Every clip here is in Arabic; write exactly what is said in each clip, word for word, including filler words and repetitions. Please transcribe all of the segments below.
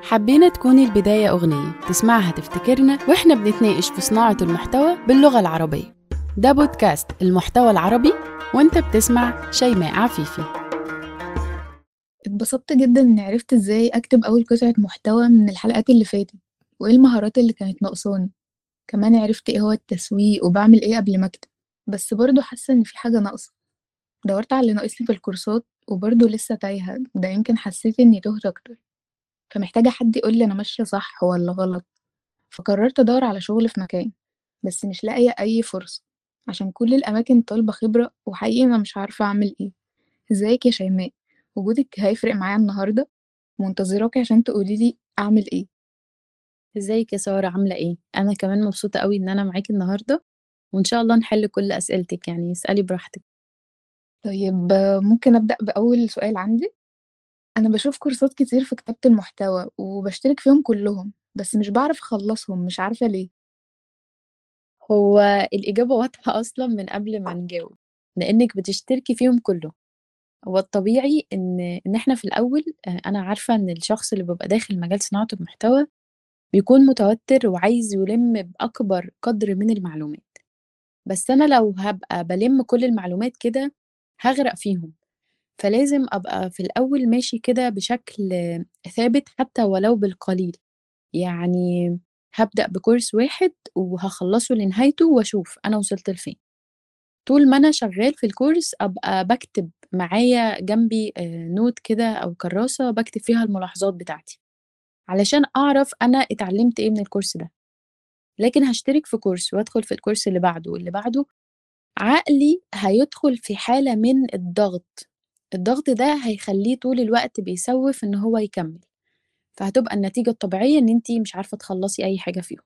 حبينا تكون البداية أغنية تسمعها تفتكرنا وإحنا بنتناقش في صناعة المحتوى باللغة العربية. ده بودكاست المحتوى العربي وإنت بتسمع شيماء عفيفي. اتبسطت جدا اني عرفت ازاي اكتب اول قطعة محتوى من الحلقات اللي فاتت، وايه المهارات اللي كانت ناقصاني. كمان عرفت ايه هو التسويق وبعمل ايه قبل ما اكتب. بس برضه حاسة ان في حاجة ناقصة. دورت على اللي ناقصني في الكورسات وبرضه لسه تايهة، ده يمكن حسيت اني تهت اكتر. فمحتاجة حد يقول لي انا ماشية صح ولا غلط. فقررت ادور على شغل في مكان، بس مش لاقية اي فرصة عشان كل الاماكن طالبة خبرة، وحقيقي انا مش عارفة اعمل ايه. ازيك يا شيماء؟ وجودك هيفرق معايا النهاردة. منتظراكي عشان تقولي لي اعمل ايه. ازيك يا سارة، عاملة ايه؟ انا كمان مبسوطة قوي ان انا معاكي النهاردة، وان شاء الله نحل كل اسئلتك، يعني اسألي براحتك. طيب، آه، ممكن ابدا باول سؤال عندي. انا بشوف كورسات كتير في كتابة المحتوى وبشترك فيهم كلهم، بس مش بعرف اخلصهم، مش عارفة ليه. هو الإجابة واضحة أصلا من قبل ما نجاوب، لأنك بتشتركي فيهم كله. هو الطبيعي إن إن إحنا في الأول، آه، أنا عارفة إن الشخص اللي بيبقى داخل مجال صناعة المحتوى بيكون متوتر وعايز يلم بأكبر قدر من المعلومات. بس أنا لو هبقى بلم كل المعلومات كده هغرق فيهم. فلازم أبقى في الأول ماشي كده بشكل ثابت حتى ولو بالقليل. يعني هبدأ بكورس واحد وهخلصه لنهايته واشوف أنا وصلت لفين. طول ما أنا شغال في الكورس أبقى بكتب معايا جنبي آه، نوت كده أو كراسة بكتب فيها الملاحظات بتاعتي، علشان أعرف أنا اتعلمت إيه من الكورس ده. لكن هشترك في كورس وأدخل في الكورس اللي بعده واللي بعده، عقلي هيدخل في حالة من الضغط. الضغط ده هيخليه طول الوقت بيسوف إن هو يكمل، فهتبقى النتيجة الطبيعية إن أنتِ مش عارفة تخلّصي أي حاجة فيهم.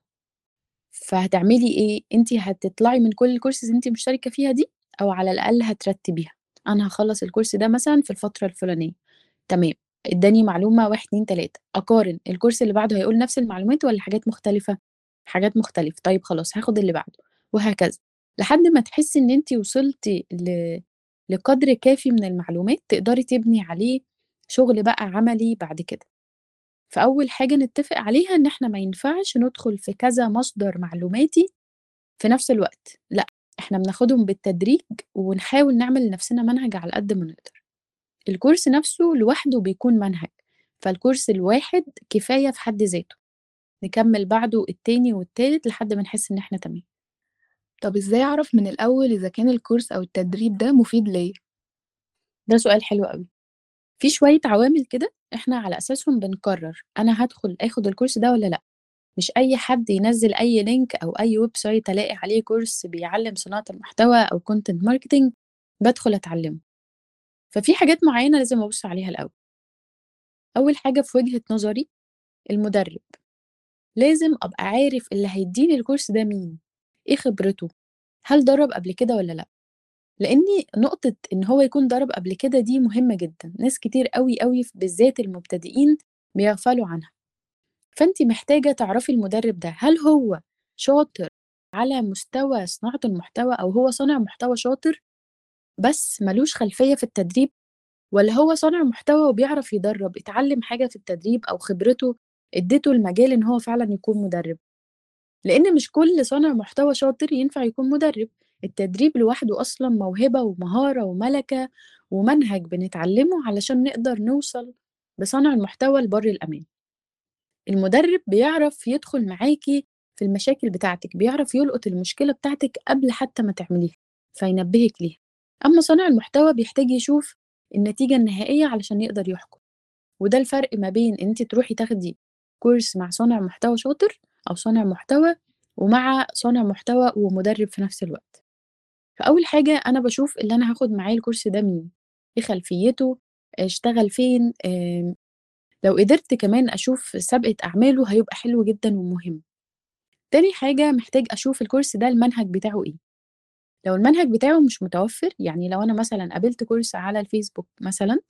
فهتعملي إيه؟ أنتِ هتطلعي من كل الcourses اللي أنتِ مشتركة فيها دي، أو على الأقل هترتّبيها. أنا هاخلّص الcourse ده مثلًا في الفترة الفلانية، تمام، ادّاني معلومة واحد، اتنين، تلاتة، أقارن الcourse اللي بعده هيقول نفس المعلومات والّا حاجات مختلفة؟ حاجات مختلفة، طيب خلاص هاخد اللي بعده، وهكذا، لحد ما تحسّي إن أنتِ وصلتِ ل لقدر كافي من المعلومات تقدري تبني عليه شغل بقى عملي بعد كده. فأول حاجة نتفق عليها إن إحنا ما ينفعش ندخل في كذا مصدر معلوماتي في نفس الوقت، لأ، إحنا بناخدهم بالتدريج ونحاول نعمل لنفسنا منهج على قد ما نقدر. الكورس نفسه لوحده بيكون منهج، فالكورس الواحد كفاية في حد ذاته، نكمل بعده التاني والتالت لحد ما نحس إن إحنا تمام. طب ازاي اعرف من الاول اذا كان الكورس او التدريب ده مفيد ليا؟ ده سؤال حلو أوي. في شوية عوامل كده إحنا على أساسهم بنقرر أنا هادخل آخد الكورس ده والّا لأ. مش أي حد ينزّل أي link أو أي web site ألاقي عليه كورس بيعلّم صناعة المحتوى أو content marketing بادخل أتعلّمه. ففي حاجات معيّنة لازم أبُص عليها الأول. أول حاجة في وجهة نظري المُدرِّب، لازم أبقى عارف اللي هيدّيني الكورس ده مين، إيه خبرته، هل درّب قبل كده والّا لأ؟ لإني نقطة إن هو يكون درَب قبل كده دي مهمة جدًا، ناس كتير أوي، أوي ف بالذات المبتدئين بيغفلوا عنها. فأنتِ محتاجة تعرفي المُدرِّب ده هل هو شاطر على مستوى صناعة المحتوى أو هو صانع محتوى شاطر بس ما لوش خلفية في التدريب، والّا هو صانع محتوى وبيعرف يدرّب، اتعلّم حاجة في التدريب أو خبرته ادّته المجال إن هو فعلًا يكون مُدرِّب. لإن مش كل صانع محتوى شاطر ينفع يكون مُدرِّب، التدريب لوحده أصلًا موهبة ومهارة ومَلَكة ومنهج بنتعلّمه علشان نقدر نوصل بصانع المحتوى لبَر الأمان. المُدرِّب بيعرف يدخل معاكِ في المشاكل بتاعتِك، بيعرف يلقط المشكلة بتاعتِك قبل حتى ما تعمليها، فينبهِك ليها. أمّا صانع المحتوى بيحتاج يشوف النتيجة النهائية علشان يقدر يحكم، وده الفرق ما بين إن أنتِ تروحي تاخدي كورس مع صانع محتوى شاطر أو صانع محتوى، ومع صانع محتوى ومُدرِّب في نفس الوقت. فأول حاجة أنا باشوف اللي أنا هاخد معاه الكورس ده مين، إيه خلفيته، اشتغل فين، آمم لو قدرت كمان أشوف سابقة أعماله هيبقى حلو جدًا ومهم. تاني حاجة محتاج أشوف الكورس ده المنهج بتاعه إيه. لو المنهج بتاعه مش متوفر، يعني لو أنا مثلًا قابلت كورس على الفيسبوك مثلًا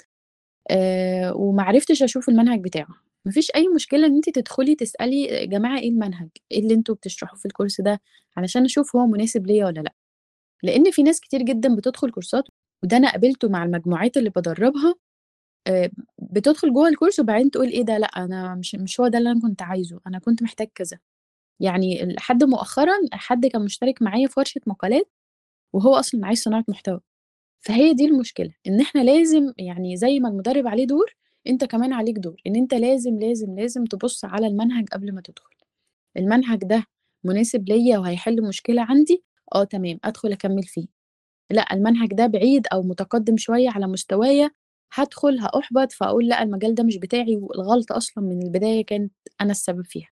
آآ وما عرفتش أشوف المنهج بتاعه، ما فيش أي مشكلة إن أنتِ تدخلي تسألي يا جماعة إيه المنهج، إيه اللي أنتم بتشرحوه في الكورس ده، علشان أشوف هو مناسب ليّا والّا لأ. لإن في ناس كتير جدًا بتدخل كورسات، وده أنا قابلته مع المجموعات اللي بادرّبها، آآ بتدخل جوّه الكورس وبعدين تقول إيه ده لأ، أنا مش مش هو ده اللي أنا كنت عايزه، أنا كنت محتاج كذا. يعني لحد مؤخرًا حد كان مشترك معايا في ورشة مقالات وهو أصلًا عايز صناعة محتوى. فهي دي المشكلة، إن إحنا لازم يعني زي ما المدرب عليه دور، أنت كمان عليك دور، إن أنت لازم، لازم، لازم تبُص على المنهج قبل ما تدخل. المنهج ده مناسب ليّا وهيحل مشكلة عندي، آه تمام، أدخل أكمّل فيه. لأ، المنهج ده بعيد أو متقدم شوية على مستوايا، هادخل هأُحبط، فأقول لأ، المجال ده مش بتاعي، والغلطة أصلًا من البداية كانت أنا السبب فيها.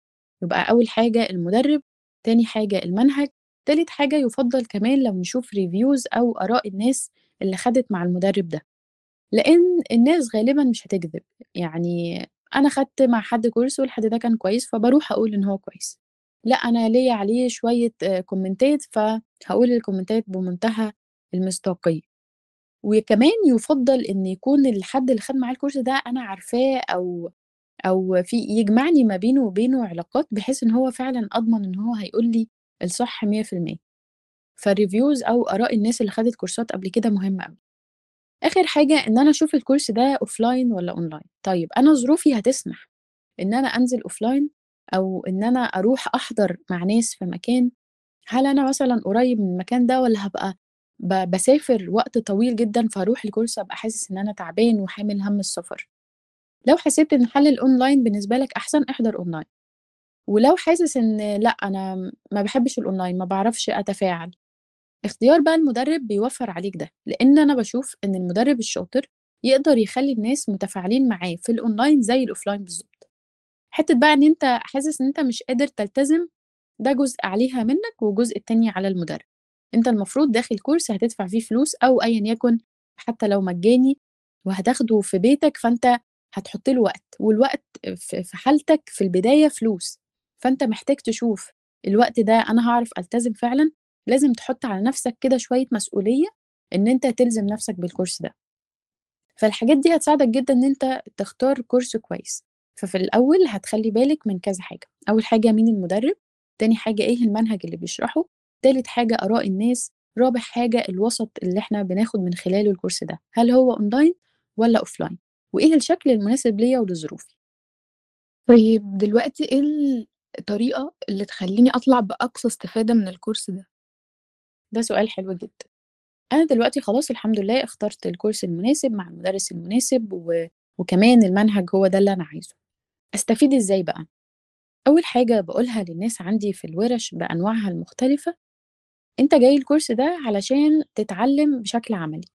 يبقى أول حاجة المُدرِّب، تاني حاجة المنهج، تالت حاجة يُفضّل كمان لو نشوف reviews أو آراء الناس اللي خَدِت مع المُدرِّب ده، لإن الناس غالبًا مش هتكذب. يعني أنا خدت مع حد كورس والحد ده كان كويس، فباروح أقول إن هو كويس. لأ، أنا ليّا عليه شوية آآ كومنتات، فهاقول الكومنتات بمنتهى المصداقية. وكمان يُفضّل إن يكون الحد اللي خَد معايا الكورس ده أنا عارفاه أو أو في يجمعني ما بينه وبينه علاقات، بحيث إن هو فعلًا أضمن إن هو هيقول لي الصح مية في المية. فالreviews أو آراء الناس اللي خدت كورسات قبل كده مهمة أوي. آخر حاجة إن أنا أشوف الكورس ده offline والّا online. طيب أنا ظروفي هتسمح إن أنا أنزل offline أو إن أنا أروح أحضر مع ناس في مكان، هل أنا مثلًا قريب من المكان ده والّا هابقى ب باسافر وقت طويل جدًا، فهاروح الكورس أبقى حاسس إن أنا تعبان وحامل هَم السفر. لو حسيت إن حل الأونلاين بالنسبة لك أحسن، احضر أونلاين. ولو حاسس إن لأ، أنا ما باحبش الأونلاين، ما باعرفش أتفاعل، اختيار بقى المدرب بيوفّر عليك ده، لإن أنا باشوف إن المدرب الشاطر يقدر يخلّي الناس متفاعلين معاه في الأونلاين زي الأوفلاين بالضبط. حتّة بقى إن أنت حاسس إن أنت مش قادر تلتزم، ده جزء عليها منّك والجزء التاني على المدرب. أنت المفروض داخل كورس هتدفع فيه فلوس أو أيًا يكن، حتى لو مجاني وهتاخده في بيتك، فأنت هتحط له وقت، والوقت في في حالتك في البداية فلوس. فأنت محتاج تشوف الوقت ده أنا هاعرف ألتزم فعلًا، لازم تحط على نفسك كده شوية مسؤولية إن أنت تلزم نفسك بالكورس ده. فالحاجات دي هتساعدك جدًا إن أنت تختار كورس كويس. ففي الأول هتخلّي بالك من كذا حاجة، أول حاجة مين المدرب، تاني حاجة إيه المنهج اللي بيشرحه، تالت حاجة آراء الناس، رابع حاجة الوسط اللي إحنا بناخد من خلاله الكورس ده، هل هو أونلاين والّا أوفلاين، وإيه الشكل المناسب ليّا ولظروفي. طيب دلوقتي إيه الطريقة اللي تخلّيني أطلع بأقصى استفادة من الكورس ده؟ ده سؤال حلو جدًا. أنا دلوقتي خلاص الحمد لله اخترت الكورس المناسب مع المدرس المناسب و وكمان المنهج هو ده اللي أنا عايزه. أستفيد إزاي بقى؟ أول حاجة باقولها للناس عندي في الوِرَش بأنواعها المختلفة، أنت جاي الكورس ده علشان تتعلم بشكل عملي.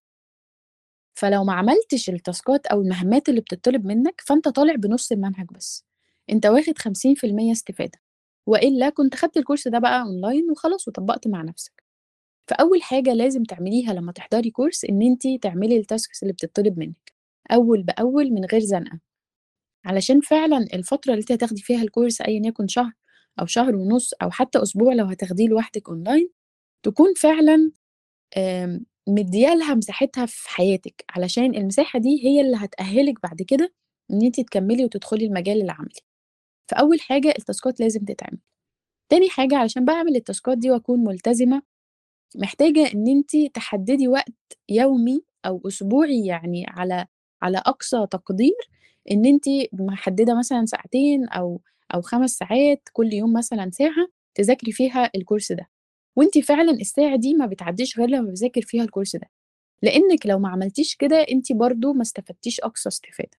فلو ما عملتش التاسكات أو المهمات اللي بتطلب منك، فأنت طالع بنُص المنهج بس، أنت واخد خمسين في المية استفادة، وإلا كنت خدت الكورس ده بقى أونلاين وخلاص وطبّقت مع نفسك. فأول حاجة لازم تعمليها لمّا تحضري كورس، إن أنتِ تعملي الtasks اللي بتطلب منِّك، أول بأول من غير زنقة، علشان فعلًا الفترة اللي أنتِ هتاخدي فيها الكورس أيًا يكن شهر أو شهر ونُص أو حتى أسبوع لو هتاخديه لوحدِك أونلاين، تكون فعلًا آمم مديّة لها مساحتها في حياتِك، علشان المساحة دي هي اللي هتأهّلِك بعد كده إن أنتِ تكمّلي وتدخلي المجال العملي. فأول حاجة التاسكات لازم تتعمل. تاني حاجة علشان بقى أعمل التاسكات دي وأكون ملتزمة، محتاجة إن أنتِ تحددي وقت يومي أو أسبوعي، يعني على على أقصى تقدير، إن أنتِ محددة مثلًا ساعتين أو أو خمس ساعات كل يوم مثلًا ساعة تذاكري فيها الكورس ده. وأنتِ فعلًا الساعة دي ما بتعدّيش غير لمّا باذاكر فيها الكورس ده، لإنِّك لو ما عملتيش كده أنتِ برضه ما استفدتيش أقصى استفادة.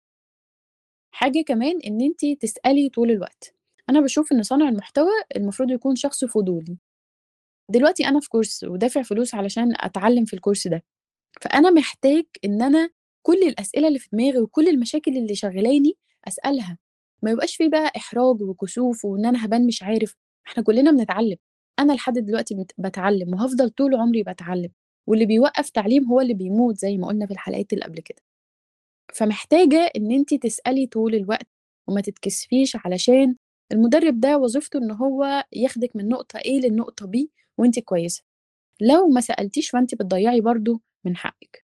حاجة كمان إن أنتِ تسألي طول الوقت. أنا باشوف إن صانع المحتوى المفروض يكون شخص فضولي. دلوقتي أنا في كورس ودافع فلوس علشان أتعلّم في الكورس ده، فأنا محتاج إن أنا كل الأسئلة اللي في دماغي وكل المشاكل اللي شاغلاني أسألها، ما يبقاش في بقى إحراج وكسوف وإن أنا هابان مش عارف. إحنا كلنا بنتعلم، أنا لحد دلوقتي بت باتعلم وهافضل طول عمري باتعلم، واللي بيوقّف تعليم هو اللي بيموت زي ما قُلنا في الحلقات اللي قبل كده. فمحتاجة إن أنتِ تسألي طول الوقت وما تتكسفيش، علشان المدرب ده وظيفته إن هو ياخدِك من نقطة A للنقطة B وأنتِ كويسة. لو ما سألتيش فأنتِ بتضيّعي برضه من حقِّك.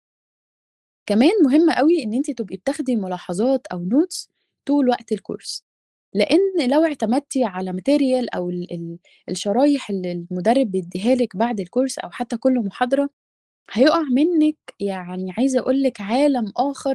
كمان مهم أوي إن أنتِ تبقي بتاخدي ملاحظات أو notes طول وقت الكورس، لإن لو اعتمدتِ على material أو ال ال الشرايح اللي المدرب بيدّيها لِك بعد الكورس أو حتى كل محاضرة، هيُقع منِّك يعني عايزة أقول لِك عالم آخر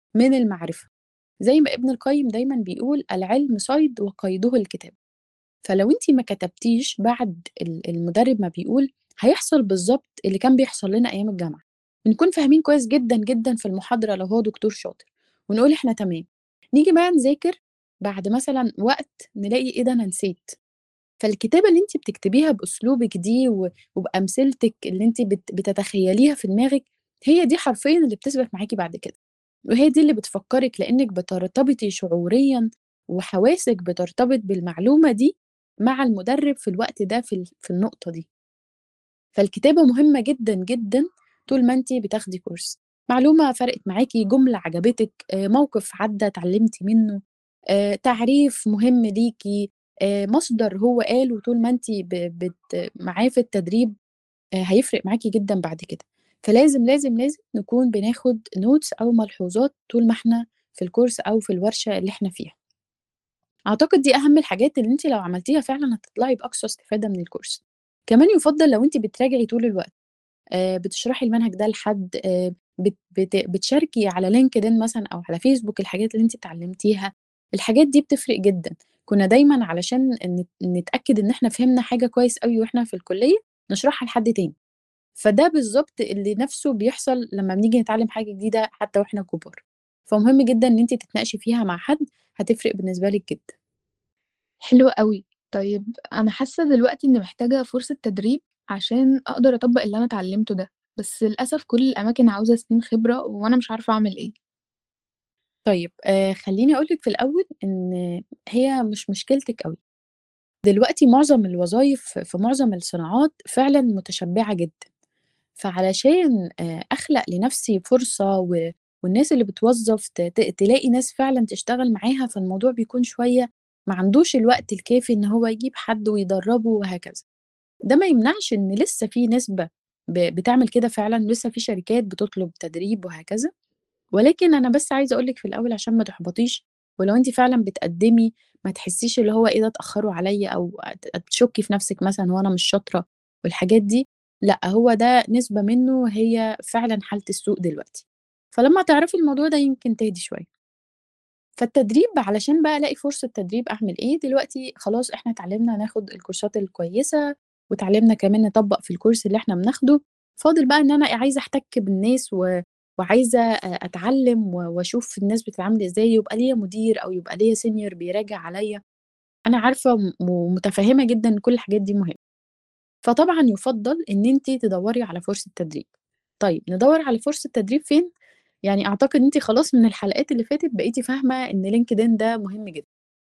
من المعرفة. زي ما ابن القيم دايما بيقول العلم صيد وقيده الكتاب. فلو انت ما كتبتيش بعد ال- المدرب ما بيقول، هيحصل بالظبط اللي كان بيحصل لنا ايام الجامعه. بنكون فاهمين كويس جدا جدا في المحاضره لو هو دكتور شاطر، ونقول احنا تمام. نيجي بقى نذاكر بعد مثلا وقت نلاقي ايه ده، انا نسيت. فالكتابه اللي انت بتكتبيها باسلوبك دي و- وبامثلتك اللي انت بت- بتتخيليها في دماغك، هي دي حرفيا اللي بتثبت معاكي بعد كده. وهي دي اللي بتفكرك، لانك بترتبطي شعوريا وحواسك بترتبط بالمعلومه دي مع المدرب في الوقت ده، في ال- في النقطه دي. فالكتابه مهمه جدا جدا طول ما انت بتاخدي كورس. معلومه فرقت معاكي، جمله عجبتك، آه، موقف عدى اتعلمتي منه، آه، تعريف مهم ليكي، آه، مصدر هو قاله طول ما انت ب- بت- معاه في التدريب، آه، هيفرق معاكي جدا بعد كده. فلازم لازم لازم نكون بناخد نوتس او ملحوظات طول ما احنا في الكورس او في الورشه اللي احنا فيها. اعتقد دي اهم الحاجات اللي انت لو عملتيها فعلا هتطلعي باقصى استفاده من الكورس. كمان يفضل لو انت بتراجعي طول الوقت، آه، بتشرحي المنهج ده لحد، آه، بت بت بتشاركي على لينكدين مثلا او على فيسبوك الحاجات اللي انت اتعلمتيها. الحاجات دي بتفرق جدا. كنا دايما علشان ن- نتاكد ان احنا فهمنا حاجه كويس قوي واحنا في الكليه، نشرحها لحد تاني. فده بالظبط اللي نفسه بيحصل لما بنيجي نتعلم حاجة جديدة حتى واحنا كبار. فمهم جدا ان انت تتناقشي فيها مع حد، هتفرق بالنسبة لك جدا. حلو قوي. طيب انا حاسه دلوقتي اني محتاجه فرصه تدريب عشان اقدر اطبق اللي انا اتعلمته ده، بس للاسف كل الاماكن عاوزه سنين خبره وانا مش عارفه اعمل ايه. طيب آه خليني اقولك في الاول ان هي مش مشكلتك قوي. دلوقتي معظم الوظائف في معظم الصناعات فعلا متشبعة جدا. فعلشان آه اخلق لنفسي فرصة و... والناس اللي بتوظف ت... ت- تلاقي ناس فعلا تشتغل معاها، فالموضوع بيكون شوية ما عندوش الوقت الكافي ان هو يجيب حد ويدربه وهكذا. ده ما يمنعش إن لسه في نسبة ب بتعمل كده فعلًا، لسه في شركات بتطلب تدريب وهكذا. ولكن أنا بس عايزة أقول لِك في الأول عشان ما تحبطيش، ولو أنتِ فعلًا بتقدّمي ما تحسّيش اللي هو إيه ده اتأخّروا عليَّ، أو ت تشُكّي في نَفْسِك مثلًا هو أنا مش شاطرة والحاجات دي. لأ، هو ده نسبة منّه هي فعلًا حالة السوق دلوقتي. فلمّا تعرفي الموضوع ده يمكن تهدي شوية. فالتدريب علشان بقى ألاقي فرصة تدريب أعمل إيه؟ دلوقتي خلاص إحنا اتعلمنا ناخد الكورسات الكويسة، واتعلمنا كمان نطبّق في الكورس اللي إحنا بناخده. فاضل بقى إن أنا عايزة أحتك بالناس و وعايزة أ أتعلم و وأشوف الناس بتتعامل إزاي، يبقى ليّا مدير أو يبقى ليّا senior بيراجع عليّا. أنا عارفة وم ومتفهمة جدًا إن كل الحاجات دي مهمة. فطبعًا يُفضّل إن أنتِ تدوّري على فرصة تدريب. طيب ندوّر على فرصة تدريب فين؟ يعني أعتقد إن أنتِ خلاص من الحلقات اللي فاتت بقيتِ فاهمة إن LinkedIn ده مهم جدًا.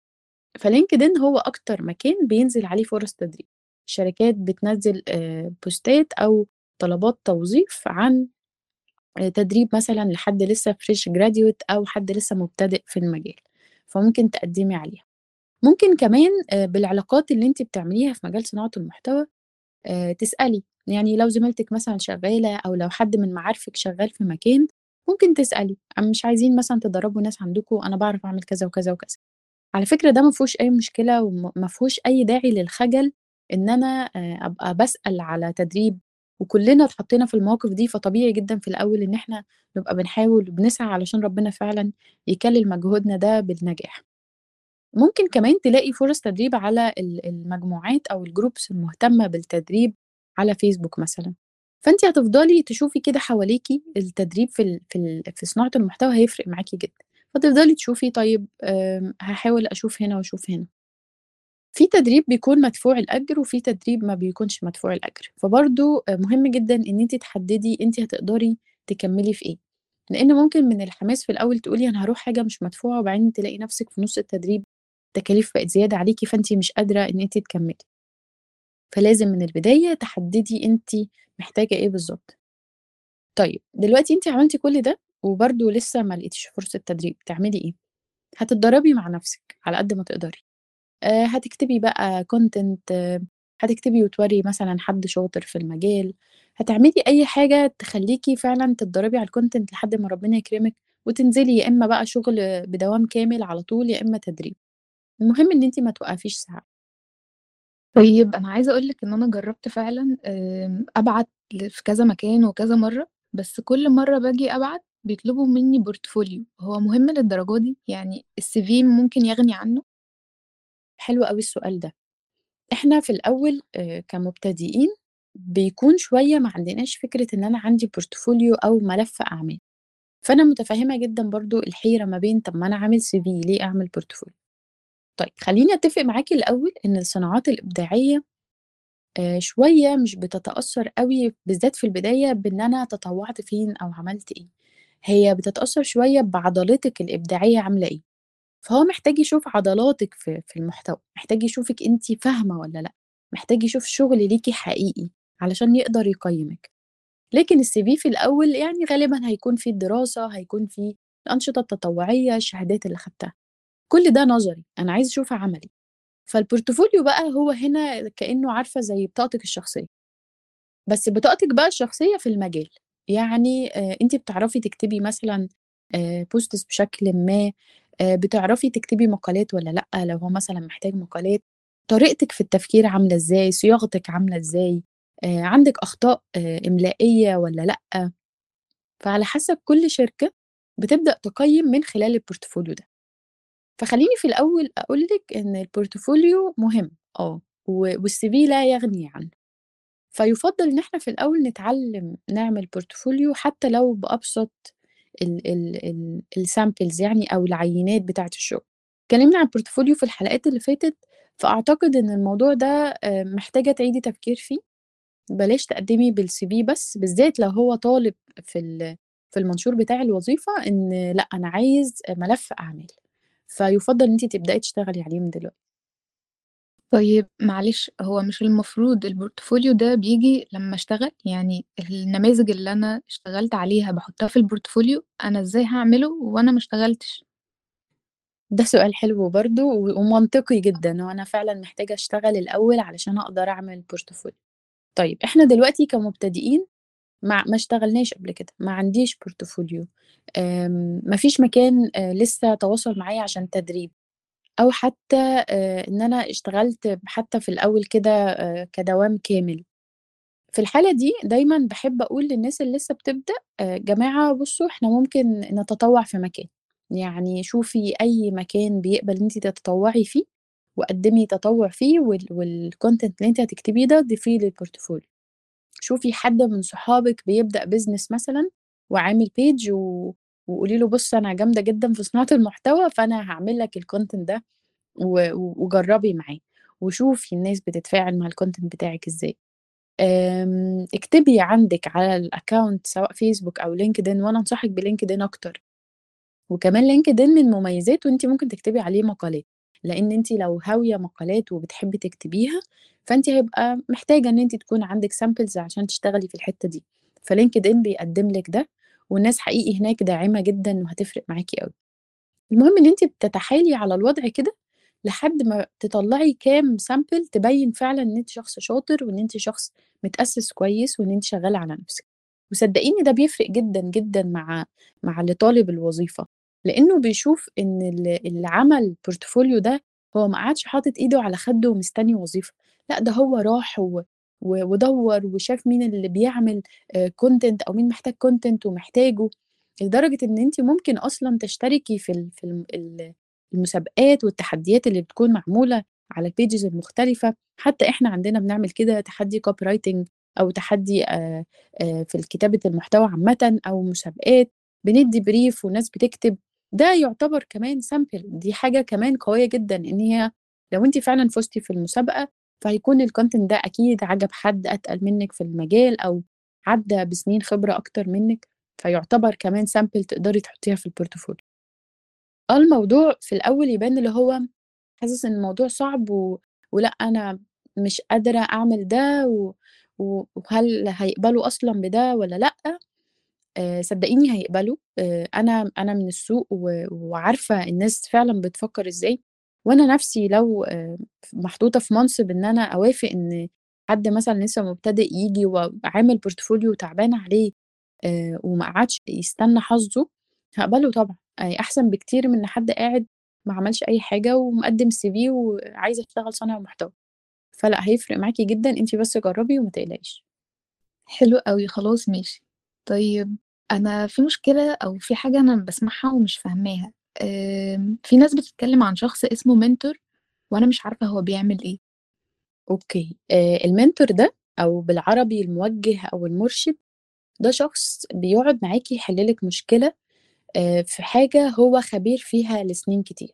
فLinkedIn هو أكتر مكان بينزل عليه فرص تدريب. الشركات بتنزّل آآ بوستات أو طلبات توظيف عن آآ تدريب مثلًا لحد لسه fresh graduate أو حد لسه مبتدئ في المجال، فممكن تقدّمي عليها. ممكن كمان آآ بالعلاقات اللي أنتِ بتعمليها في مجال صناعة المحتوى، آآ تسألي. يعني لو زميلتِك مثلًا شغّالة أو لو حد من معارفِك شغّال في مكان، ممكن تسألي، أم مش عايزين مثلًا تدرّبوا ناس عندكم، أنا باعرف أعمل كذا وكذا وكذا. على فكرة ده ما فيهوش أي مشكلة وم ما فيهوش أي داعي للخجل إن أنا آآ أبقى باسأل على تدريب. وكُلّنا اتحطّينا في المواقف دي، فطبيعي جدًا في الأول إن إحنا نبقى بنحاول وبنسعى علشان ربنا فعلًا يكلّل مجهودنا ده بالنجاح. ممكن كمان تلاقي فرص تدريب على ال المجموعات أو الgroups المهتمة بالتدريب على فيسبوك مثلًا. فأنتِ هتفضلي تشوفي كده حواليكِ التدريب في ال في ال في صناعة المحتوى هيفرق معاكِ جدًا. فتفضلي تشوفي طيب آمم، هاحاول أشوف هنا وأشوف هنا. في تدريب بيكون مدفوع الأجر وفي تدريب ما بيكونش مدفوع الأجر. فبرضه آآ، مهم جدًا إن أنتِ تحددي أنتِ هتقدري تكمّلي في إيه. لإن ممكن من الحماس في الأول تقولي أنا هاروح حاجة مش مدفوعة، وبعدين تلاقي نفسِك في نُص التدريب التكاليف بقت زيادة عليكِ، فأنتِ مش قادرة إن أنتِ تكمّلي. فلازم من البداية تحددي أنتِ محتاجة إيه بالضبط. طيب دلوقتي أنتِ عملتِ كل ده وبرضه لسه ما لقيتيش فرصة تدريب، تعملي إيه؟ هتتدربي مع نفسِك على قد ما تقدري. آآ هتكتبي بقى content، هتكتبي وتورّي مثلًا حد شاطر في المجال. هتعملي أي حاجة تخلّيكِ فعلًا تتدربي على الcontent لحد ما ربنا يكرمِك وتنزلي، يا إما بقى شغل بدوام كامل على طول، يا إما تدريب. المهم إن أنتِ ما توقّفيش ساعة. طيب أنا عايزة أقول لِك إن أنا جرّبت فعلًا آمم، أبعت ل في كذا مكان وكذا مرّة، بس كل مرّة باجي أبعت بيطلبوا مني بورتفوليو، هو مهم للدرجة دي؟ يعني السي في ممكن يغني عنه؟ حلو أوي السؤال ده. إحنا في الأول آآ كمبتدئين بيكون شوية ما عندناش فكرة إن أنا عندي بورتفوليو أو ملف أعمال، فأنا متفهمة جدًا برضه الحيرة ما بين طب ما أنا عامل سي في ليه أعمل بورتفوليو؟ طيب خلّيني أتفق معاكِ الأول إن الصناعات الإبداعية آآ شوية مش بتتأثّر أوي بالذات في البداية بإن أنا تطوّعت فين أو عملت إيه، هي بتتأثّر شوية بعضلاتِك الإبداعية عاملة إيه، فهو محتاج يشوف عضلاتِك في في المحتوى، محتاج يشوفِك أنتِ فاهمة والّا لأ، محتاج يشوف شغل ليكِ حقيقي علشان يقدر يقيّمِك. لكن الCV في الأول يعني غالبًا هيكون فيه الدراسة، هيكون فيه الأنشطة التطوعية، الشهادات اللي خدتها، كل ده نظري، أنا عايزة أشوف عملي. فالportfolio بقى هو هنا كإنه عارفة زي بطاقتِك الشخصية، بس بطاقتِك بقى الشخصية في المجال، يعني آآ أنتِ بتعرفي تكتبي مثلًا آآ posts بشكلٍ ما، آآ بتعرفي تكتبي مقالات والّا لأ، لو هو مثلًا محتاج مقالات، طريقتِك في التفكير عاملة إزاي، صياغتِك عاملة إزاي، آآ عندِك أخطاء آآ إملائية والّا لأ، فعلى حسب كل شركة بتبدأ تقيّم من خلال الportfolio ده. فخلّيني في الأول أقول لِك إن الportfolio مهم آه، و والCV لا يغني عنه. فيُفضّل إن إحنا في الأول نتعلّم نعمل portfolio حتى لو بأبسط ال ال ال الsamples يعني أو العينات بتاعة الشغل. اتكلّمنا عن الportfolio في الحلقات اللي فاتت، فأعتقد إن الموضوع ده آآ محتاجة تعيدي تفكير فيه، بلاش تقدّمي بالCV بس، بالذات لو هو طالب في ال في المنشور بتاع الوظيفة إن لأ، أنا عايز ملف أعمال، فيُفضّل إن أنتِ تبدئي تشتغلي عليه من دلوقتي. طيب معلش، هو مش المفروض البورتفوليو ده بييجي لمّا أشتغل؟ يعني النماذج اللي أنا اشتغلت عليها باحطها في البورتفوليو، أنا إزاي هاعمله وأنا ما اشتغلتش؟ ده سؤال حلو برضه و ومنطقي جدًا، هو أنا فعلًا محتاجة أشتغل الأول علشان أقدر أعمل portfolio. طيب إحنا دلوقتي كمبتدئين ما ما اشتغلناش قبل كده، ما عنديش portfolio، آمم، ما فيش مكان آآ لسه تواصل معايا عشان تدريب، أو حتى آآ إن أنا اشتغلت حتى في الأول كده آآ كدوام كامل. في الحالة دي دايمًا باحب أقول للناس اللي لسه بتبدأ آآ جماعة بُصّوا إحنا ممكن نتطوّع في مكان، يعني شوفي أي مكان بيقبل إن أنتِ تتطوّعي فيه وقدّمي تطوّع فيه وال والcontent اللي أنتِ هتكتبيه ده ضيفيه للportfolio. شوفي حد من صحابِك بيبدأ business مثلًا وعامل page و وقولي له بُص أنا جامدة جدًا في صناعة المحتوى، فأنا هاعمل لك الcontent ده و و وجرّبي معاه، وشوفي الناس بتتفاعل مع الcontent بتاعِك إزاي. آمم، اكتبي عندِك على الaccount سواء فيسبوك أو LinkedIn وأنا أنصحِك بLinkedIn أكتر، وكمان LinkedIn من مميزاته أنتِ ممكن تكتبي عليه مقالات، لإن أنتِ لو هاوية مقالات وبتحبي تكتبيها، فأنتِ هيبقى محتاجة إن أنتِ تكون عندِك samples عشان تشتغلي في الحتة دي، فLinkedIn بيقدّم لِك ده، والناس حقيقي هناك داعمة جدًا وهتفرق معاكِ أوي. المهم إن أنتِ بتتحايلي على الوضع كده لحد ما تطلّعي كام sample تبيّن فعلًا إن أنتِ شخص شاطر، وإن أنتِ شخص متأسس كويس، وإن أنتِ شغّالة على نفسِك. وصدقيني ده بيفرق جدًا، جدًا مع مع اللي طالب الوظيفة، لإنه بيشوف إن ال اللي عمل portfolio ده هو ما قعدش حاطط إيده على خدّه ومستني وظيفة، لأ ده هو راح و و ودوّر وشاف مين اللي بيعمل آآ content أو مين محتاج content ومحتاجه. لدرجة إن أنتِ ممكن أصلًا تشتركي في ال في الم ال المسابقات والتحديات اللي بتكون معمولة على الpages المختلفة، حتى إحنا عندنا بنعمل كده تحدي copywriting أو تحدي آآ آآ في الكتابة المحتوى عامةً أو مسابقات، بندّي brief والناس بتكتب، ده يعتبر كمان sample دي حاجة كمان قوية جدًا، إن هي لو أنتِ فعلًا فُزتِ في المسابقة، فهيكون الcontent ده أكيد عجب حد أتقل منِّك في المجال أو عدّى بسنين خبرة أكتر منِّك. فيعتبر كمان sample تقدري تحطيها في الportfolio. آه الموضوع في الأول يبان اللي هو حاسس إن الموضوع صعب و ولأ أنا مش قادرة أعمل ده و و وهل هيقبلوا أصلًا بده والّا لأ؟ آآ صدقيني هيقبلوا، آآ أنا أنا من السوق و وعارفة الناس فعلًا بتفكّر إزاي، وأنا نَفْسي لو آآ ف محطوطة في منصب إن أنا أوافق إن حد مثلًا لسه مبتدئ ييجي وعامل portfolio وتعبان عليه آآ وما قعدش يستنى حظّه، هاقبله طبعًا، أي أحسن بكتير من إن حد قاعد ما عملش أي حاجة ومقدّم سي في وعايز أشتغل صانع محتوى، فلأ هيفرق معاكِ جدًا، أنتِ بس جرّبي وما تقلقيش. حلو أوي، خلاص ماشي. طيب أنا في مشكلة أو في حاجة أنا باسمعها ومش فاهماها. آمم، في ناس بتتكلم عن شخص اسمه mentor وأنا مش عارفة هو بيعمل إيه. أوكي، آآ الmentor ده أو بالعربي الموجه أو المرشد، ده شخص بيقعد معاكِ يحل لِك مشكلة آآ في حاجة هو خبير فيها لسنين كتير.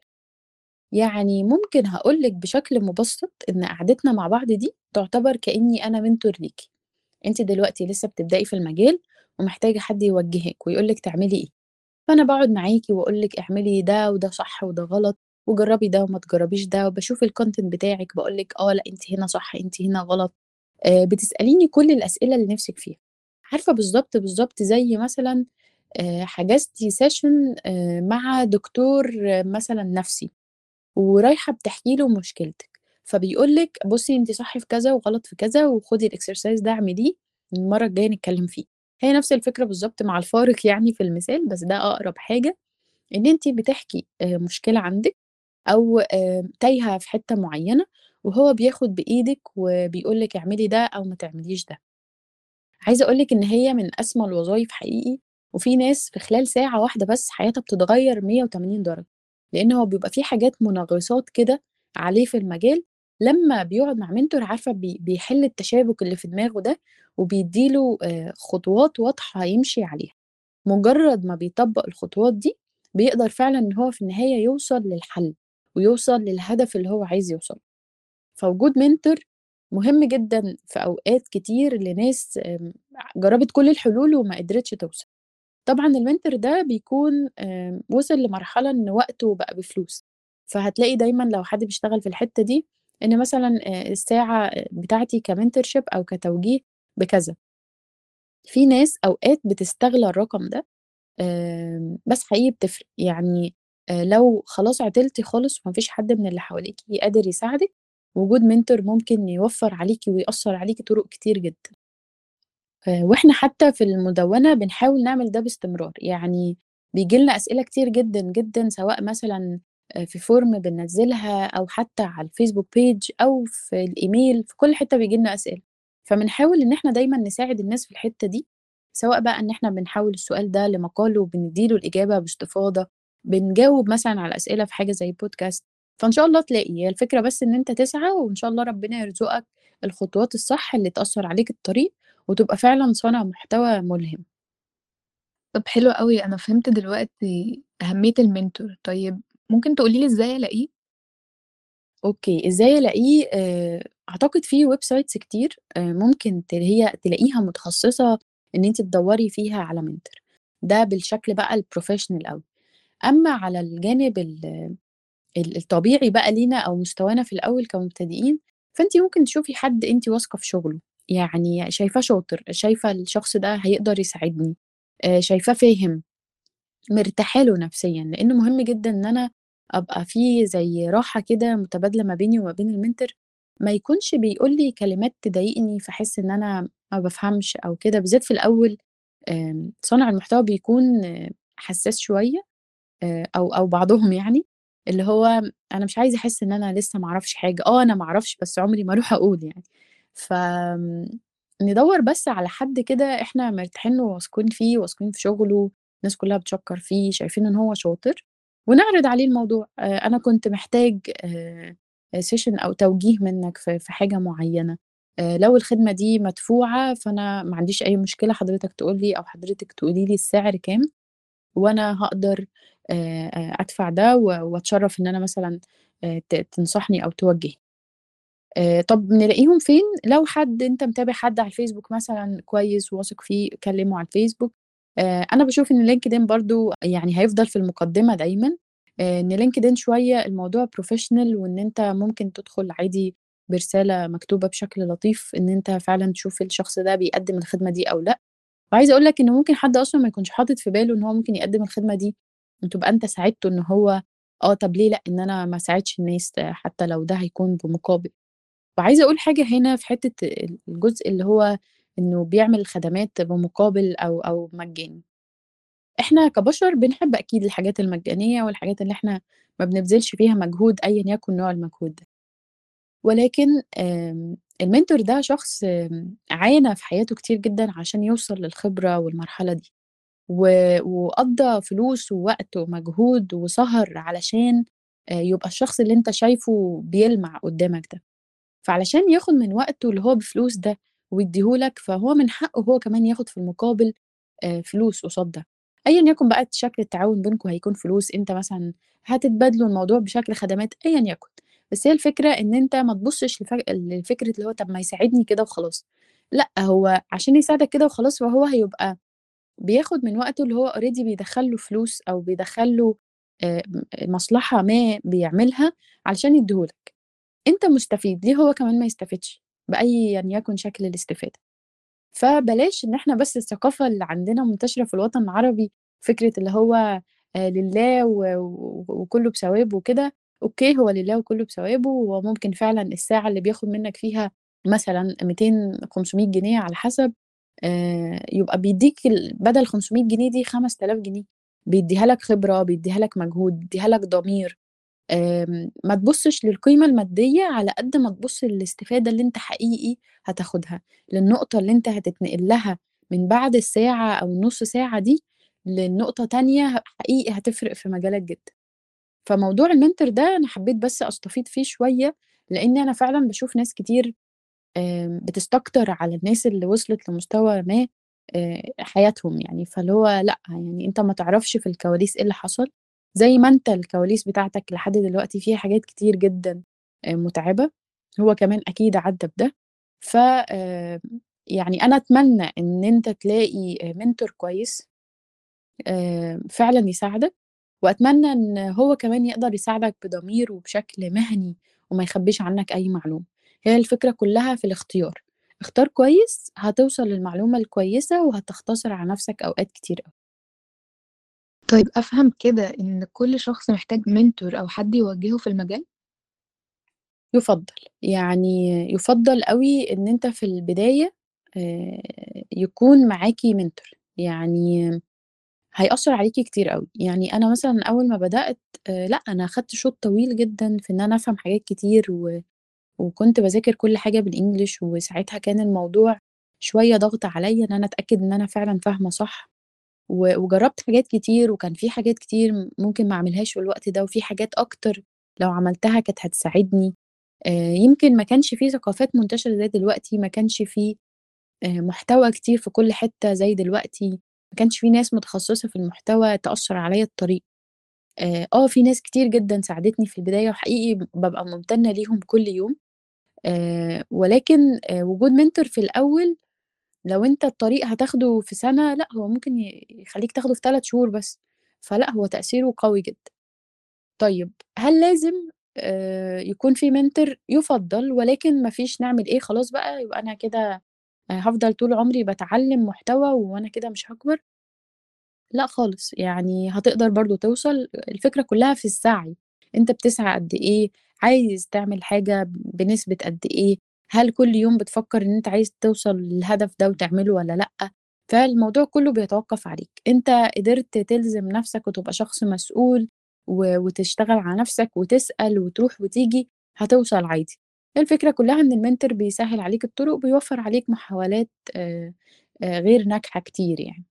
يعني ممكن هاقول لِك بشكل مبسّط إن قعدتنا مع بعض دي تعتبر كإني أنا mentor ليكِ. أنتِ دلوقتي لسه بتبدئي في المجال ومحتاجة حد يوجهِك ويقول لِك تعملي إيه، فأنا باقعد معاكِ وأقول لِك اعملي ده وده صح وده غلط، وجرّبي ده وما تجرّبيش ده، وباشوف الcontent بتاعِك باقول لِك آه، لأ أنتِ هنا صح، أنتِ هنا غلط. آآ بتسأليني كل الأسئلة اللي نِفْسِك فيها. عارفة بالضبط، بالضبط زي مثلًا آآ حجزتِ session آآ مع دكتور آه، مثلًا نَفْسي، ورايحة بتحكي له مشكلتِك، فبيقول لِك بُصّي أنتِ صح في كذا وغلط في كذا وخدي الexercise ده اعمليه، المرّة الجاية نتكلّم فيه. هي نَفْس الفكرة بالضبط مع الفارق يعني في المثال، بس ده أقرب حاجة، إن أنتِ بتحكي آآ مشكلة عندِك أو آآ تايهة في حتّة معيّنة، وهو بياخد بإيدِك وبيقول لِك اعملي ده أو ما تعمليش ده. عايزة أقول لِك إن هي من أسمى الوظايف حقيقي، وفي ناس في خلال ساعة واحدة بس حياتها بتتغيّر مية وتمانين درجة، لإن هو بيبقى في حاجات منغّصات كده عليه في المجال، لمّا بيقعد مع mentor عارفة بي بيحل التشابك اللي في دماغه ده، وبيدّي له آآ خطوات واضحة يمشي عليها. مجرّد ما بيطبّق الخطوات دي، بيقدر فعلًا إن هو في النهاية يوصل للحل، ويوصل للهدف اللي هو عايز يوصل له. فوجود mentor مهم جدًا في أوقات كتير لناس آمم جرّبت كل الحلول وما قدرتش توصل. طبعًا الmentor ده بيكون آمم وصل لمرحلة إن وقته بقى بفلوس، فهتلاقي دايمًا لو حد بيشتغل في الحتّة دي، إن مثلًا آآ الساعة بتاعتي كmentorship أو كتوجيه بكذا. في ناس أوقات بتستغلى الرقم ده، آمم بس حقيقي بتفرق. يعني آآ لو خلاص عطلتِ خالص وما فيش حد من اللي حواليكِ قادر يساعدِك، وجود mentor ممكن يوفّر عليكِ ويأثّر عليكِ طرق كتير جدًا. آآ وإحنا حتى في المدوّنة بنحاول نعمل ده باستمرار، يعني بييجي لنا أسئلة كتير جدًا، جدًا سواء مثلًا آآ في form بننزّلها أو حتى على الفيسبوك page أو في الإيميل، في كل حتة بييجي لنا أسئلة. فبنحاول إن إحنا دايمًا نساعد الناس في الحتة دي، سواء بقى إن إحنا بنحوّل السؤال ده لمقال وبندّي له الإجابة باستفاضة، بنجاوب مثلًا على أسئلة في حاجة زي podcast. فإن شاء الله تلاقي، هي الفكرة بس إن أنت تسعى وإن شاء الله ربنا يرزقك الخطوات الصح اللي تأثّر عليك الطريق وتبقى فعلًا صانع محتوى ملهم. طب حلو أوي، أنا فهمت دلوقتي أهمية الmentor. طيب ممكن تقولي لي إزاي ألاقيه؟ أوكي، إزاي ألاقيه؟ آآ أعتقد في websites كتير آآ ممكن ت هي تلاقيها متخصصة إن أنتِ تدوّري فيها على mentor، ده بالشكل بقى الprofessional أوي. أمّا على الجانب ال ال الطبيعي بقى لينا أو مستوانا في الأول كمبتدئين، فأنتِ ممكن تشوفي حد أنتِ واثقة في شغله، يعني شايفاه شاطر، شايفة الشخص ده هيقدر يساعدني، آآ شايفاه فاهم. مرتاحة له نفسيًا، لإنه مهم جدًا إن أنا أبقى في زي راحة كده متبادلة ما بيني وما بين الmentor، ما يكونش بيقول لي كلمات تضايقني فاحس إن أنا ما بافهمش أو كده، بالذات في الأول. آمم، صانع المحتوى بيكون آه، حساس شوية، آآ، أو أو بعضهم يعني، اللي هو أنا مش عايز أحس إن أنا لسه ما أعرفش حاجة. آه، أنا ما أعرفش بس عمري ما أروح أقول يعني. ف آمم، ندوّر بس على حد كده إحنا مرتاحين له وواثقين فيه، واثقين في شغله، الناس كلّها بتشكّر فيه، شايفين إن هو شاطر، ونعرض عليه الموضوع. آآ أنا كنت محتاج آآ session أو توجيه منّك في في حاجة معيّنة، آآ لو الخدمة دي مدفوعة فأنا ما عنديش أي مشكلة حضرتك تقول لي أو حضرتِك تقولي لي السعر كام، وأنا هاقدر آآ أ أدفع ده و وأتشرّف إن أنا مثلًا آآ ت تنصحني أو توجّهني. آآ طَب نلاقيهم فين؟ لو حد أنت متابع حد على الفيسبوك مثلًا كويس وواثق فيه، كلّمه على الفيسبوك. آآ أنا باشوف إن LinkedIn برضه يعني هيفضل في المقدمة دايمًا، آآ إن LinkedIn شوية الموضوع professional وإن أنت ممكن تدخل عادي برسالة مكتوبة بشكل لطيف، إن أنت فعلًا تشوف الشخص ده بيقدّم الخدمة دي أو لأ. وعايزة أقول لك إن ممكن حد أصلًا ما يكونش حاطط في باله إن هو ممكن يقدّم الخدمة دي، وتبقى أنت ساعدته إن هو آه، طَب ليه لأ، إن أنا ما اساعدش الناس حتى لو ده هيكون بمقابل. وعايزة أقول حاجة هنا في حتّة ال الجزء اللي هو إنه بيعمل خدمات بمقابل أو أو مجاني. إحنا كبشر بنحب أكيد الحاجات المجانية والحاجات اللي إحنا ما بنبذلش فيها مجهود أيًا يكن نوع المجهود ده. ولكن آمم الmentor ده شخص آمم عانى في حياته كتير جدًا عشان يوصل للخبرة والمرحلة دي. و وقضّى فلوس ووقت ومجهود وسهر علشان آآ يبقى الشخص اللي أنت شايفه بيلمع قدّامك ده. فعلشان ياخد من وقته اللي هو بفلوس ده ويدّيه لك، فهو من حقه هو كمان ياخد في المقابل آآ فلوس قصاد ده. أيًا يكن بقى شكل التعاون بينكم هيكون فلوس، أنت مثلًا هتتبادلوا الموضوع بشكل خدمات، أيًا يكن. بس هي الفكرة إن أنت ما تبُصّش لف لفكرة اللي هو طب ما يساعدني كده وخلاص. لأ، هو عشان يساعدك كده وخلاص فهو هيبقى بياخد من وقته اللي هو already بيدخّل له فلوس أو بيدخّل له آآ م مصلحة ما بيعملها علشان يدّيه لك. أنت مستفيد، ليه هو كمان ما يستفيدش بأيًا يكن شكل الاستفادة؟ فبلاش إن إحنا بس الثقافة اللي عندنا منتشرة في الوطن العربي، فكرة اللي هو آآ لله و و وكُلّه بثواب وكده. أوكي، هو لله وكُلّه بثوابه، وممكن فعلًا الساعة اللي بياخد منّك فيها مثلًا ميتين، خمسمية جنيه على حسب، آآ يبقى بيدّيك ال بدل خمسمية جنيه دي خمس آلاف جنيه، بيدّيها لك خبرة، بيدّيها لك مجهود، بيدّيها لك ضمير. آمم، ما تبُصّش للقيمة المادية على قد ما تبُص للاستفادة اللي أنت حقيقي هتاخدها، للنقطة اللي أنت هتتنقل لها من بعد الساعة أو النُص ساعة دي لنقطة تانية ه حقيقي هتفرق في مجالك جدًا. فموضوع الmentor ده أنا حبيت بس أستفيض فيه شوية، لإن أنا فعلًا باشوف ناس كتير آمم، بتستكتر على الناس اللي وصلت لمستوى ما آآ، حياتهم يعني. فاللي هو لأ، يعني أنت ما تعرفش في الكواليس إيه اللي حصل، زي ما أنت الكواليس بتاعتك لحد دلوقتي فيها حاجات كتير جدًا آآ، مُتعبة، هو كمان أكيد عدّى بده. ف آآ، يعني أنا أتمنى إن أنت تلاقي آآ، mentor كويس آآ، فعلًا يساعدك، وأتمنى إن هو كمان يقدر يساعدك بضمير وبشكل مهني وما يخبّيش عنّك أي معلومة. هي الفكرة كلّها في الاختيار، اختار كويس هتوصل للمعلومة الكويسة وهتختصر على نَفْسك أوقات كتير أوي. طيب أفهم كده إن كل شخص محتاج mentor أو حد يوجهه في المجال؟ يُفضّل، يعني يُفضّل أوي إن أنت في البداية آآ يكون معاكِ mentor، يعني هيأثّر عليكِ كتير أوي. يعني أنا مثلًا أول ما بدأت آآ لأ، أنا أخدت شوط طويل جدًا في إن أنا أفهم حاجات كتير و وكنت باذاكر كل حاجة بالإنجليش، وساعتها كان الموضوع شوية ضغط عليّا إن أنا أتأكد إن أنا فعلًا فاهمة صح، و وجرّبت حاجات كتير وكان في حاجات كتير م ممكن ما أعملهاش في الوقت ده، وفي حاجات أكتر لو عملتها كانت هتساعدني. آآ يمكن ما كانش في ثقافات منتشرة زي دلوقتي، ما كانش في آآ محتوى كتير في كل حتة زي دلوقتي، ما كانش في ناس متخصصة في المحتوى تأثّر عليّا الطريق. آآ آه، في ناس كتير جدًا ساعدتني في البداية وحقيقي بابقى ممتنة ليهم كل يوم. آآ ولكن آآ وجود mentor في الأول لو أنت الطريق هتاخده في سَنة، لأ هو ممكن ي يخلّيك تاخده في ثلاث شهور بس، فلأ هو تأثيره قوي جدًا. طيب هل لازم آآ يكون في mentor؟ يُفضّل، ولكن ما فيش نعمل إيه خلاص بقى يبقى أنا كده آآ هافضل طول عمري باتعلّم محتوى وأنا كده مش هاكبر؟ لأ خالص، يعني هتقدر برضه توصل، الفكرة كلّها في السعي. أنت بتسعى قد إيه، عايز تعمل حاجة بنسبة قد إيه، هل كل يوم بتفكّر إن أنت عايز توصل للهدف ده وتعمله والّا لأ؟ فالموضوع كلّه بيتوقّف عليك، أنت قدرت تلزم نَفْسك وتبقى شخص مسؤول و وتشتغل على نَفْسك وتسأل وتروح وتيجي، هتوصل عادي. الفكرة كلّها إن الmentor بيسهّل عليك الطرق، وبيوفّر عليك محاولات آآ آآ غير ناجحة كتير يعني.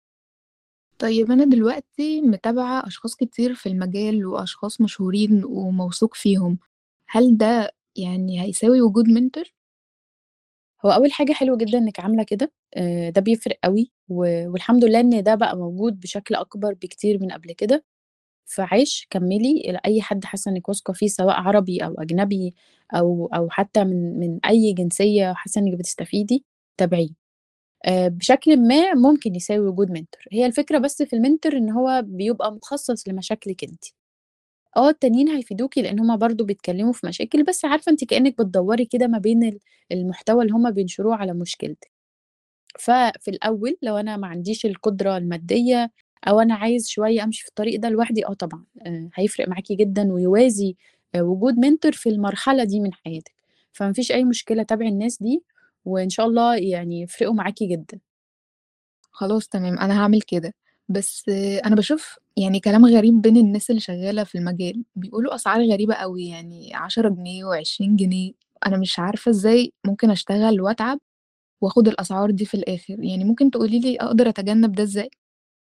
طيب أنا دلوقتي متابعة أشخاص كتير في المجال وأشخاص مشهورين وموثوق فيهم، هل ده يعني هيساوي وجود mentor؟ هو أول حاجة حلو جدًا إنِّك عاملة كده، آآ ده بيفرق أوي، و والحمد لله إن ده بقى موجود بشكل أكبر بكتير من قبل كده. فعاش، كمّلي، ل أي حد حاسة إنِّك واثقة فيه سواء عربي أو أجنبي أو أو حتى من من أي جنسية حاسة إنِّك بتستفيدي، تابعيه. آآ بشكلٍ ما ممكن يساوي وجود mentor، هي الفكرة بس في الmentor إن هو بيبقى مخصص لمشاكلِك أنتِ. آه، التانيين هيفيدوكِ لإن هُم برضه بيتكلموا في مشاكل، بس عارفة أنتِ كإنِّك بتدوّري كده ما بين ال المحتوى اللي هُم بينشروه على مشكلتِك. ففي الأول لو أنا ما عنديش القدرة المادية أو أنا عايز شوية أمشي في الطريق ده لوحدي، آه طبعًا، آآ هيفرق معاكِ جدًا ويوازي آآ وجود mentor في المرحلة دي من حياتِك. فما فيش أي مشكلة، تابعي الناس دي وإن شاء الله يعني يفرقوا معاكِ جدًا. خلاص تمام، أنا هاعمل كده، بس أنا باشوف يعني كلام غريب بين الناس اللي شغالة في المجال، بيقولوا أسعار غريبة أوي، يعني عشرة جنيه وعشرين جنيه، أنا مش عارفة إزاي ممكن أشتغل وأتعب وآخد الأسعار دي في الآخر، يعني ممكن تقولي لي أقدر أتجنب ده إزاي؟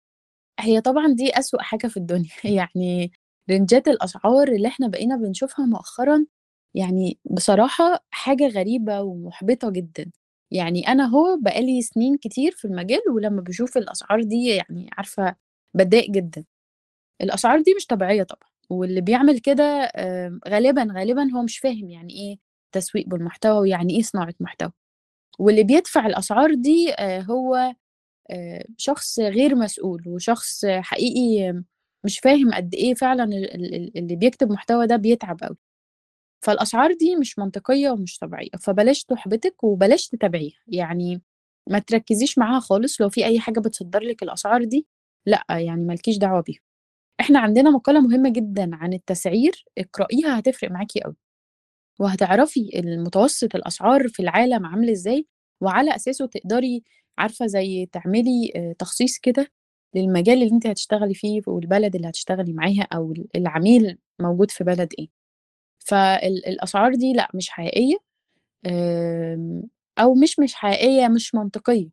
هي طبعًا دي أسوأ حاجة في الدنيا يعني رينجات الأسعار اللي إحنا بقينا بنشوفها مؤخرًا، يعني بصراحة حاجة غريبة ومُحبطة جدًا. يعني أنا أهو بقى لي سنين كتير في المجال، ولمّا باشوف الأسعار دي يعني عارفة باتضايق جدًا. الأسعار دي مش طبيعية طبعًا، واللي بيعمل كده آمم غالبًا، غالبًا هو مش فاهم يعني إيه تسويق بالمحتوى، ويعني إيه صناعة محتوى. واللي بيدفع الأسعار دي آآ هو آآ شخص غير مسؤول، وشخص حقيقي مش فاهم قد إيه فعلًا ال ال ال اللي بيكتب محتوى ده بيتعب أوي. فالأسعار دي مش منطقية ومش طبيعية، فبلاش تحبطِك وبلاش تتابعيها، يعني ما تركّزيش معاها خالص، لو في أي حاجة بتصدّر لِك الأسعار دي لأ، يعني ما لكيش دعوة بيها. إحنا عندنا مقالة مهمة جدًا عن التسعير، اقرأيها هتفرق معاكِ أوي، وهتعرفي المتوسط الأسعار في العالم عامل إزاي، وعلى أساسه تقدري عارفة زي تعملي آآ تخصيص كده للمجال اللي أنتِ هتشتغلي فيه والبلد اللي هتشتغلي معاها أو ال العميل موجود في بلد إيه. فال الأسعار دي لأ، مش حقيقية آمم، أو مش مش حقيقية، مش منطقية.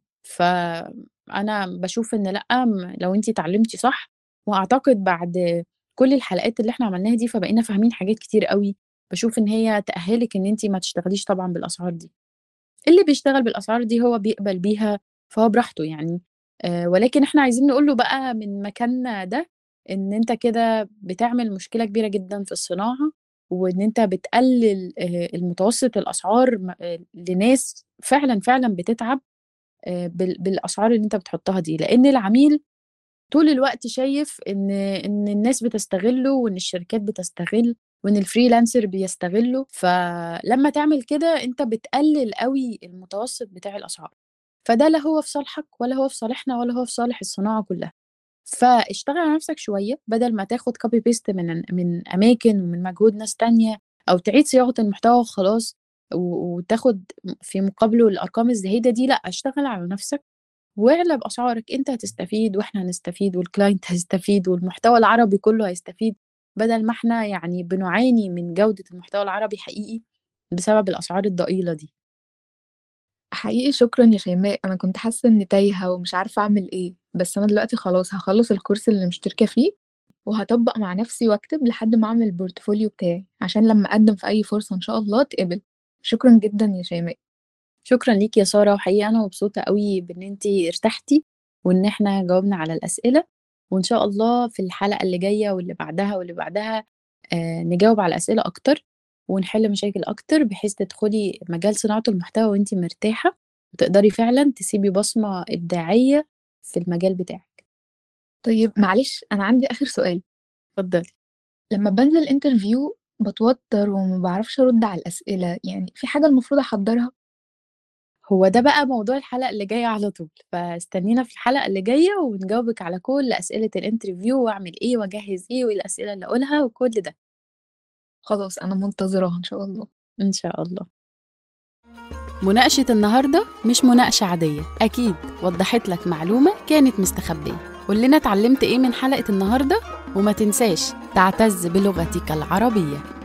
فأنا باشوف إن لأ، م لو أنتِ اتعلمتِ صح، وأعتقد بعد كل الحلقات اللي إحنا عملناها دي، فبقينا فاهمين حاجات كتير أوي، باشوف إن هي تأهّلِك إن أنتِ ما تشتغليش طبعًا بالأسعار دي. اللي بيشتغل بالأسعار دي هو بيقبل بيها، فهو براحته يعني. آآ، ولكن إحنا عايزين نقول له بقى من مكاننا ده، إن أنت كده بتعمل مشكلة كبيرة جدًا في الصناعة، وإن أنت بتقلل آآ، المتوسط الأسعار م آآ، لناس فعلًا، فعلًا بتتعب آآ، بال بالأسعار اللي أنت بتحطها دي، لإن العميل طول الوقت شايف إن إن الناس بتستغلّه، وإن الشركات بتستغل، وإن الfreelancer بيستغلّه. فلمّا تعمل كده أنت بتقلل أوي المتوسط بتاع الأسعار، فده لا هو في صالحك ولا هو في صالحنا ولا هو في صالح الصناعة كلّها. فاشتغل على نفسك شوية بدل ما تاخد copy paste من من أماكن ومن مجهود ناس تانية، أو تعيد صياغة المحتوى وخلاص و وتاخد م في مقابله الأرقام الزهيدة دي. لأ، اشتغل على نفسك واعلى بأسعارك، أنت هتستفيد وإحنا هنستفيد والclient هيستفيد والمحتوى العربي كله هيستفيد، بدل ما إحنا يعني بنعاني من جودة المحتوى العربي حقيقي بسبب الأسعار الضئيلة دي. حقيقي شكرًا يا شيماء، أنا كنت حاسة إني تايهة ومش عارفة أعمل إيه، بس أنا دلوقتي خلاص هاخلّص الكورس اللي مشتركة فيه، وهاطبّق مع نفسي وأكتب لحد ما أعمل الportfolio بتاعي، عشان لمّا أقدّم في أي فرصة إن شاء الله أتقبل. شكرًا جدًا يا شيماء. شكرًا ليكِ يا سارة، وحقيقي أنا مبسوطة أوي بإن أنتِ ارتحتِ، وإن إحنا جاوبنا على الأسئلة، وإن شاء الله في الحلقة اللي جاية واللي بعدها واللي بعدها آآ نجاوب على أسئلة أكتر، ونحل مشاكل أكتر، بحيث تدخلي مجال صناعة المحتوى وأنتِ مرتاحة، وتقدري فعلًا تسيبي بصمة إبداعية في المجال بتاعِك. طيب معلش أنا عندي آخر سؤال، اتفضلي. لمّا بانزل interview باتوتر وما باعرفش أرُد على الأسئلة، يعني في حاجة المفروض أحضّرها؟ هو ده بقى موضوع الحلقة اللي جاية على طول، فاستنينا في الحلقة اللي جاية ونجاوبِك على كل أسئلة الinterview وأعمل إيه وأجهّز إيه وإيه الأسئلة اللي أقولها وكل ده. خلاص أنا منتظراها إن شاء الله. إن شاء الله. مناقشة النهاردة مش مناقشة عادية، أكيد وضحت لك معلومة كانت مستخبية. قول لنا اتعلمت إيه من حلقة النهاردة، وما تنساش تعتز بلغتك العربية.